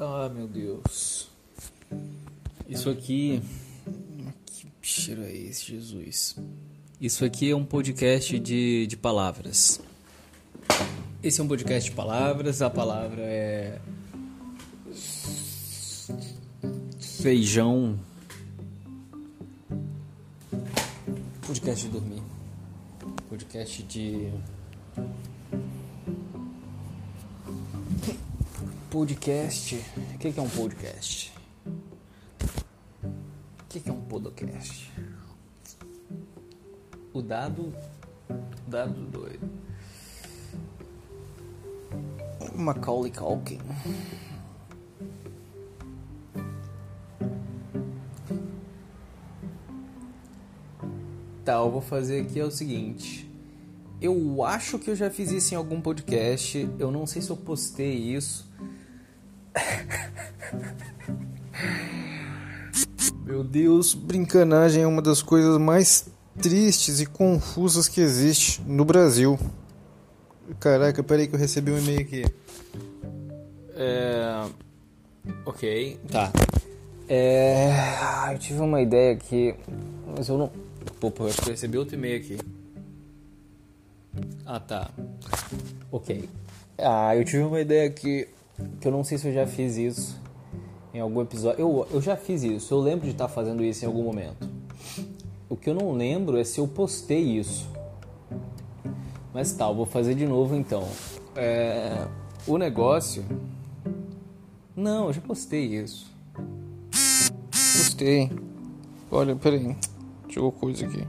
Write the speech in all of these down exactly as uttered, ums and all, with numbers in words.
Ah, meu Deus. Isso aqui... Que cheiro é esse, Jesus? Isso aqui é um podcast de, de palavras. Esse é um podcast de palavras. A palavra é... feijão. Podcast de dormir. Podcast de... Podcast. O que é um podcast? O que é um podcast? O dado. Dado doido. Macaulay Culkin. Tá, eu vou fazer aqui é o seguinte. Eu acho que eu já fiz isso em algum podcast. Eu não sei se eu postei isso. Meu Deus, brincanagem é uma das coisas mais tristes e confusas que existe no Brasil. Caraca, peraí que eu recebi um e-mail aqui. É... Ok, tá. É... Eu tive uma ideia aqui, mas eu não... Opa, eu acho que eu recebi outro e-mail aqui. Ah, tá. Ok. Ah, eu tive uma ideia aqui, que eu não sei se eu já fiz isso em algum episódio. Eu, eu já fiz isso, eu lembro de estar fazendo isso em algum momento. O que eu não lembro é se eu postei isso. Mas tá, eu vou fazer de novo então. É, o negócio... Não, eu já postei isso. Postei. Olha, peraí. Jogou coisa aqui.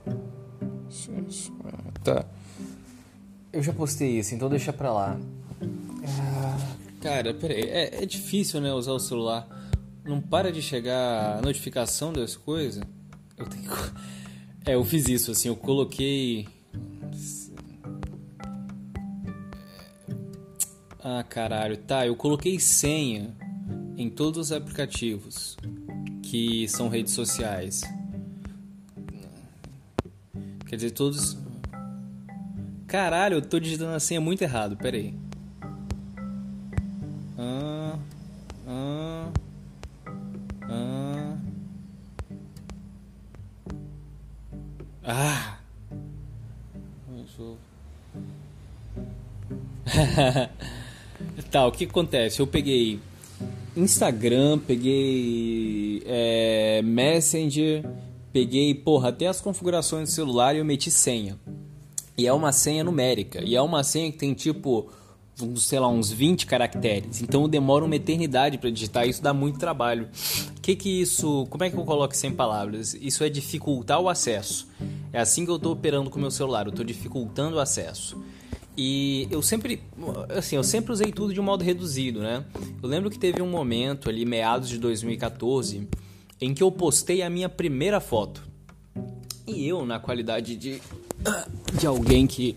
Tá. Eu já postei isso, então deixa pra lá. Ah, cara, peraí. É, é difícil, né, usar o celular. Não para de chegar a notificação das coisas. Eu tenho que... É, eu fiz isso, assim. Eu coloquei... Ah, caralho. Tá, eu coloquei senha em todos os aplicativos que são redes sociais. Quer dizer, todos... Caralho, eu tô digitando a senha muito errado. Pera aí. Ah... Ah... Ah... Ah! Tá, o que acontece? Eu peguei Instagram, peguei é, Messenger, peguei, porra, até as configurações do celular e eu meti senha. E é uma senha numérica. E é uma senha que tem tipo, sei lá, uns vinte caracteres. Então demora uma eternidade pra digitar. Isso dá muito trabalho. Que que isso... Como é que eu coloco isso em palavras? Isso é dificultar o acesso. É assim que eu tô operando com o meu celular. Eu tô dificultando o acesso. E eu sempre... Assim, eu sempre usei tudo de um modo reduzido, né? Eu lembro que teve um momento ali, meados de dois mil e catorze, em que eu postei a minha primeira foto. E eu, na qualidade de... De alguém que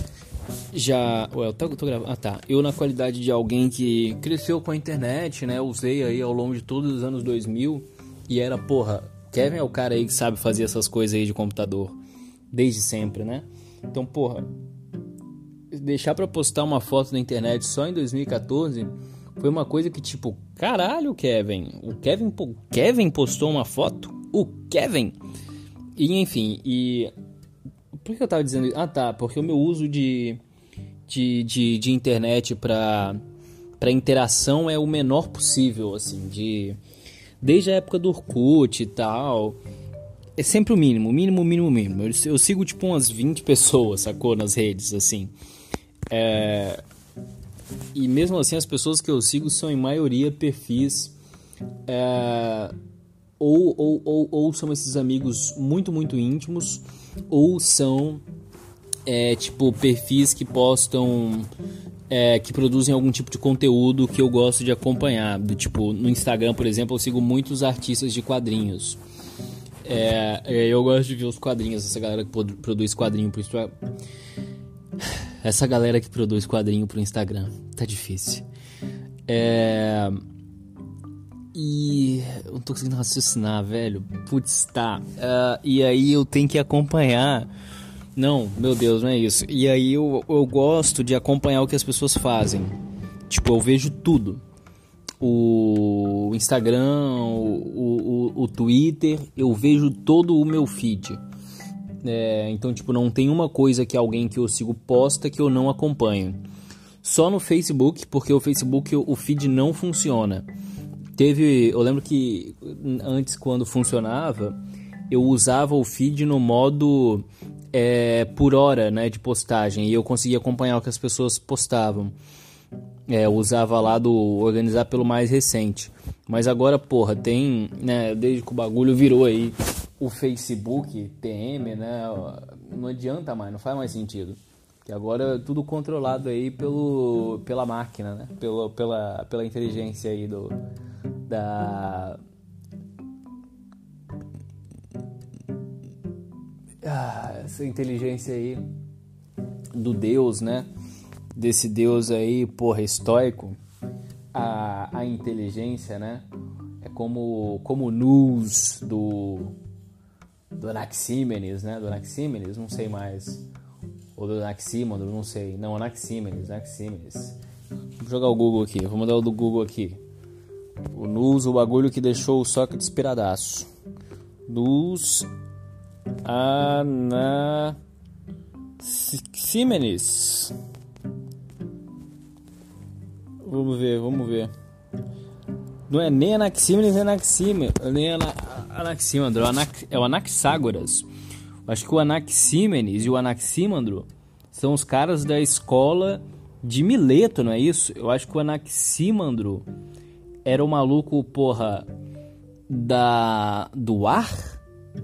já... Ué, eu tô, tô gravando... Ah, tá. Eu, na qualidade de alguém que cresceu com a internet, né? Usei aí ao longo de todos os anos dois mil. E era, porra... Kevin é o cara aí que sabe fazer essas coisas aí de computador. Desde sempre, né? Então, porra... Deixar pra postar uma foto na internet só em dois mil e catorze... Foi uma coisa que, tipo... Caralho, Kevin... O Kevin, o Kevin postou uma foto? O Kevin... E, enfim... E... Por que eu tava dizendo isso? Ah, tá. Porque o meu uso de, de, de, de internet pra, pra interação é o menor possível, assim. De, desde a época do Orkut e tal. É sempre o mínimo, mínimo, mínimo, mínimo. Eu, eu sigo, tipo, umas vinte pessoas, sacou? Nas redes, assim. É, e mesmo assim, as pessoas que eu sigo são, em maioria, perfis... É, ou, ou, ou, ou são esses amigos muito, muito íntimos... Ou são, é, tipo, perfis que postam, é, que produzem algum tipo de conteúdo que eu gosto de acompanhar. Do, tipo, no Instagram, por exemplo, eu sigo muitos artistas de quadrinhos. É, eu gosto de ver os quadrinhos, essa galera que produz quadrinho pro Instagram. Essa galera que produz quadrinho pro Instagram. Tá difícil. É... E eu não tô conseguindo raciocinar, velho. Putz, tá. Uh, e aí eu tenho que acompanhar. Não, meu Deus, não é isso. E aí eu, eu gosto de acompanhar o que as pessoas fazem. Tipo, eu vejo tudo. o Instagram, o, o, o Twitter, eu vejo todo o meu feed. É, então, tipo, não tem uma coisa que alguém que eu sigo posta que eu não acompanho. Só no Facebook, porque o Facebook, o feed não funciona. Teve, eu lembro que antes, quando funcionava, eu usava o feed no modo é, por hora, né, de postagem, e eu conseguia acompanhar o que as pessoas postavam. É, eu usava lá do organizar pelo mais recente. Mas agora, porra, tem, né, desde que o bagulho virou aí o Facebook, T M, né, não adianta mais, não faz mais sentido. Porque agora é tudo controlado aí pelo, pela máquina, né, pelo, pela, pela inteligência aí do, da... Ah, essa inteligência aí do Deus, né? Desse Deus aí, porra, estoico. A, a inteligência, né? É como, como o Nous do, do Anaxímenes, né? Do Anaxímenes, não sei mais. Ou do Anaxímandro, não sei. Não, Anaxímenes, Anaxímenes. Vou jogar o Google aqui, vou mandar o do Google aqui. O Nous, o bagulho que deixou o Sócrates piradaço. Nous Anaxímenes. Vamos ver, vamos ver. Não é nem Anaxímenes, é Anaxímenes. Nem Anaxímandro, é o Anaxágoras. Acho que o Anaxímenes e o Anaxímandro são os caras da escola de Mileto, não é isso? Eu acho que o Anaxímandro era o maluco, porra, da do ar?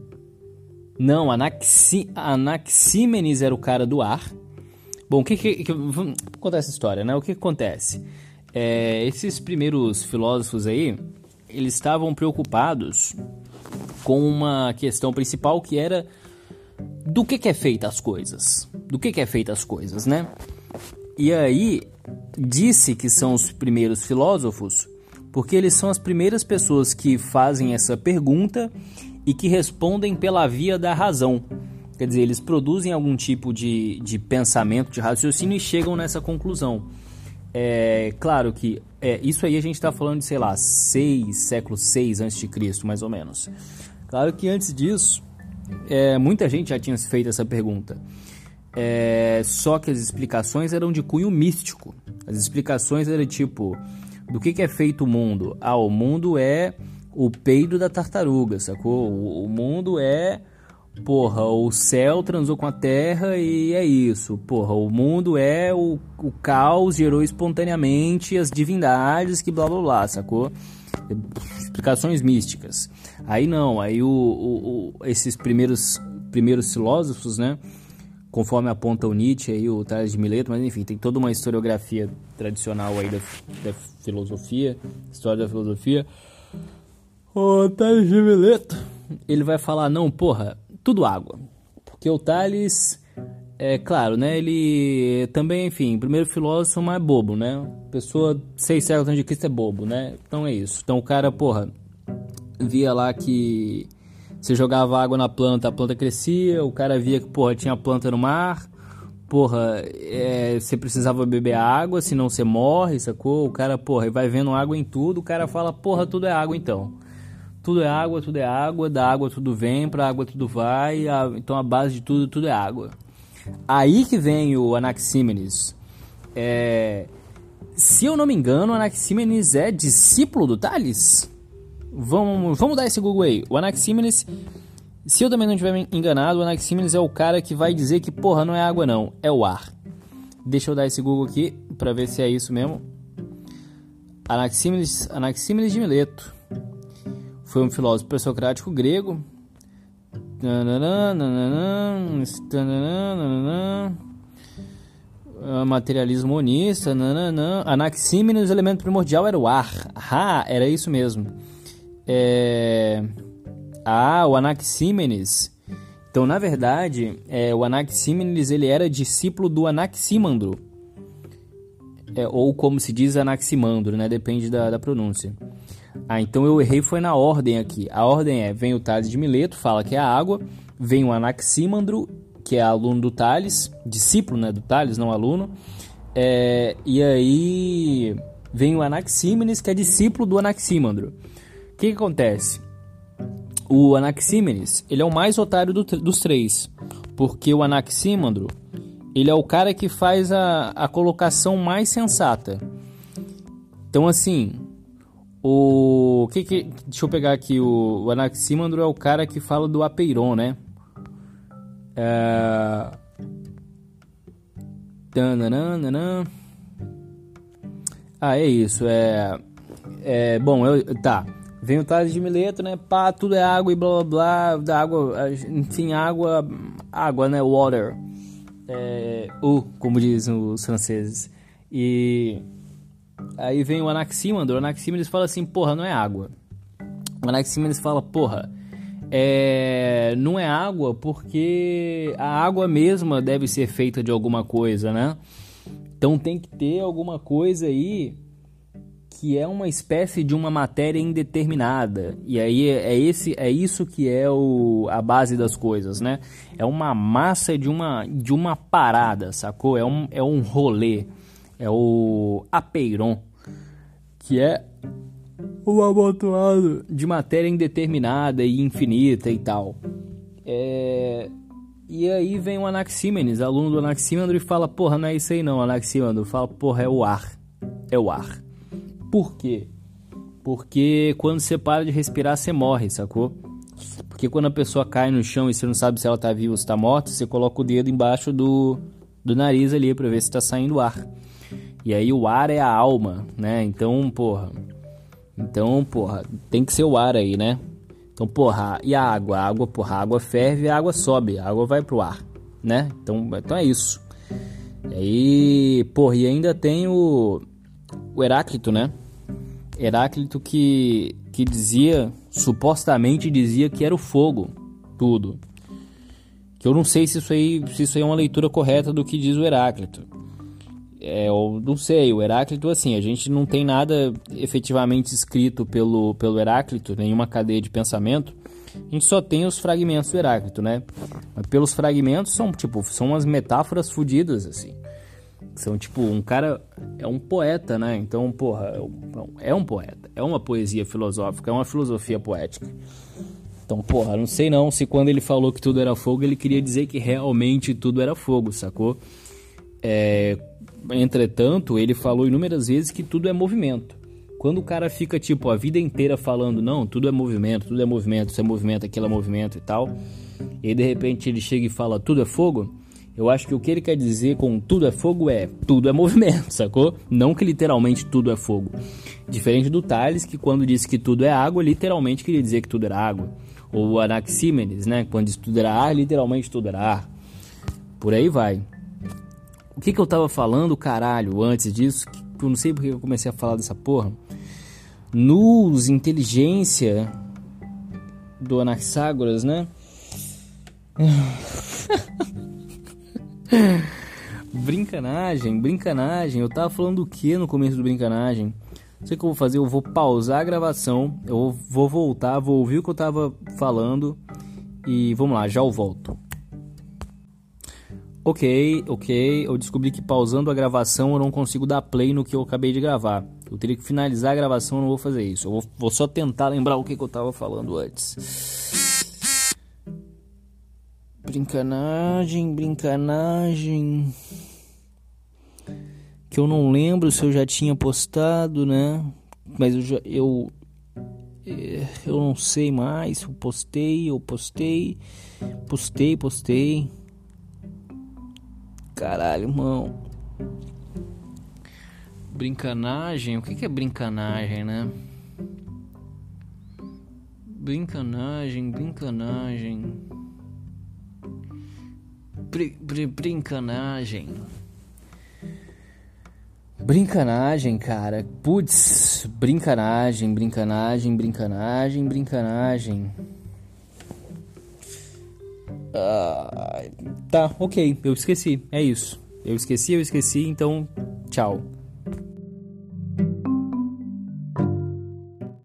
Não, Anaxi, Anaxímenes era o cara do ar. Bom, o que que... que vamos contar essa história, né? O que que acontece? É, esses primeiros filósofos aí, eles estavam preocupados com uma questão principal, que era do que que é feita as coisas. Do que que é feita as coisas, né? E aí, disse que são os primeiros filósofos porque eles são as primeiras pessoas que fazem essa pergunta e que respondem pela via da razão. Quer dizer, eles produzem algum tipo de, de pensamento, de raciocínio e chegam nessa conclusão. É claro que é, isso aí a gente está falando de, sei lá, seis, século seis antes de Cristo, mais ou menos. Claro que antes disso, é, muita gente já tinha feito essa pergunta. É, só que as explicações eram de cunho místico. As explicações eram tipo, do que, que é feito o mundo? Ah, o mundo é o peido da tartaruga, sacou? O, o mundo é... Porra, o céu transou com a terra e é isso. Porra, o mundo é o, o caos, gerou espontaneamente as divindades que blá blá blá, sacou? Explicações místicas. Aí não, aí o, o, o, esses primeiros, primeiros filósofos, né? Conforme aponta o Nietzsche e o Tales de Mileto, mas enfim, tem toda uma historiografia tradicional aí da, da filosofia, história da filosofia. O Tales de Mileto, ele vai falar, não, porra, tudo água. Porque o Tales, é claro, né, ele também, enfim, primeiro filósofo, mas é bobo, né? Pessoa seis séculos antes de Cristo é bobo, né? Então é isso. Então o cara, porra, via lá que você jogava água na planta, a planta crescia, o cara via que, porra, tinha planta no mar, porra, é, você precisava beber água, senão você morre, sacou? O cara, porra, vai vendo água em tudo, o cara fala, porra, tudo é água então. Tudo é água, tudo é água, da água tudo vem, pra água tudo vai, a, então a base de tudo, tudo é água. Aí que vem o Anaxímenes. É, se eu não me engano, o Anaxímenes é discípulo do Tales? Vamos, vamos dar esse Google aí. O Anaxímenes, se eu também não estiver enganado, o Anaxímenes é o cara que vai dizer que, porra, não é água não, é o ar. Deixa eu dar esse Google aqui, pra ver se é isso mesmo. Anaxímenes, Anaxímenes de Mileto. Foi um filósofo pré-socrático grego. Materialismo monista. Anaxímenes, o elemento primordial era o ar. Ah, era isso mesmo. É... Ah, o Anaxímenes. Então, na verdade, é, o Anaxímenes ele era discípulo do Anaxímandro. É, ou como se diz Anaximandro, né? Depende da, da pronúncia. Ah, então eu errei, foi na ordem aqui. A ordem é, vem o Tales de Mileto, fala que é a água, vem o Anaxímandro, que é aluno do Tales, discípulo, né, do Tales, não aluno, é, e aí vem o Anaxímenes, que é discípulo do Anaxímandro. O que, que acontece? O Anaxímenes, ele é o mais otário do, dos três, porque o Anaxímandro, ele é o cara que faz a, a colocação mais sensata. Então, assim, o que que, deixa eu pegar aqui, o, o Anaxímandro é o cara que fala do apeiron, né? É... Ah, é isso, é... é bom, eu, tá... Vem o Tales de Mileto, né? Pá, tudo é água e blá blá blá. Da água, enfim, água, água, né? Water. É, U, como dizem os franceses. E aí vem o Anaxímandro. O Anaxímenes fala assim: porra, não é água. O Anaxímenes fala: porra, é, não é água porque a água mesma deve ser feita de alguma coisa, né? Então tem que ter alguma coisa aí que é uma espécie de uma matéria indeterminada. E aí é, esse, é isso que é o, a base das coisas, né? É uma massa de uma, de uma parada, sacou? É um, é um rolê. É o apeiron, que é um amontoado de matéria indeterminada e infinita e tal. É... E aí vem o Anaxímenes, aluno do Anaxímandro, e fala: porra, não é isso aí não, Anaxímandro. Fala: porra, é o ar. É o ar. Por quê? Porque quando você para de respirar, você morre, sacou? Porque quando a pessoa cai no chão e você não sabe se ela tá viva ou se tá morta, você coloca o dedo embaixo do, do nariz ali pra ver se tá saindo ar. E aí o ar é a alma, né? Então, porra... Então, porra, tem que ser o ar aí, né? Então, porra, e a água? A água, porra, a água ferve, a água sobe, a água vai pro ar, né? Então, então é isso. E aí, porra, e ainda tem o... O Heráclito, né? Heráclito que, que dizia, supostamente dizia que era o fogo, tudo. Que eu não sei se isso aí, se isso aí é uma leitura correta do que diz o Heráclito. É, eu não sei, o Heráclito, assim, a gente não tem nada efetivamente escrito pelo, pelo Heráclito, nenhuma cadeia de pensamento. A gente só tem os fragmentos do Heráclito, né? Mas pelos fragmentos são, tipo, são umas metáforas fodidas, assim. São tipo, um cara é um poeta, né? Então, porra, é um poeta. É uma poesia filosófica, é uma filosofia poética. Então, porra, não sei não se quando ele falou que tudo era fogo, ele queria dizer que realmente tudo era fogo, sacou? É, entretanto, ele falou inúmeras vezes que tudo é movimento. Quando o cara fica, tipo, a vida inteira falando, não, tudo é movimento, tudo é movimento, isso é movimento, aquilo é movimento e tal, e aí, de repente, ele chega e fala, tudo é fogo... Eu acho que o que ele quer dizer com tudo é fogo é tudo é movimento, sacou? Não que literalmente tudo é fogo. Diferente do Tales, que quando disse que tudo é água, literalmente queria dizer que tudo era água. Ou o Anaxímenes, né? Quando disse tudo era ar, literalmente tudo era ar. Por aí vai. O que que eu tava falando, caralho, antes disso? Que eu não sei porque eu comecei a falar dessa porra. Nos inteligência do Anaxágoras, né? Brincanagem, brincanagem. Eu tava falando do que no começo do brincanagem? Não sei o que eu vou fazer, eu vou pausar a gravação, eu vou voltar, vou ouvir o que eu tava falando e vamos lá, já eu volto. Ok, ok, eu descobri que pausando a gravação eu não consigo dar play no que eu acabei de gravar. Eu teria que finalizar a gravação, eu não vou fazer isso. Eu vou, vou só tentar lembrar o que, que eu tava falando antes. Brincanagem, brincanagem. Que eu não lembro se eu já tinha postado, né? Mas eu já, eu, eu não sei mais se eu postei, eu postei, postei, postei. Caralho, irmão. Brincanagem, o que que é brincanagem, né? Brincanagem, brincanagem. Br- br- brincanagem. Brincanagem, cara. Putz, brincanagem, brincanagem, brincanagem, brincanagem. Ah, tá, ok, eu esqueci. É isso. Eu esqueci, eu esqueci, então tchau.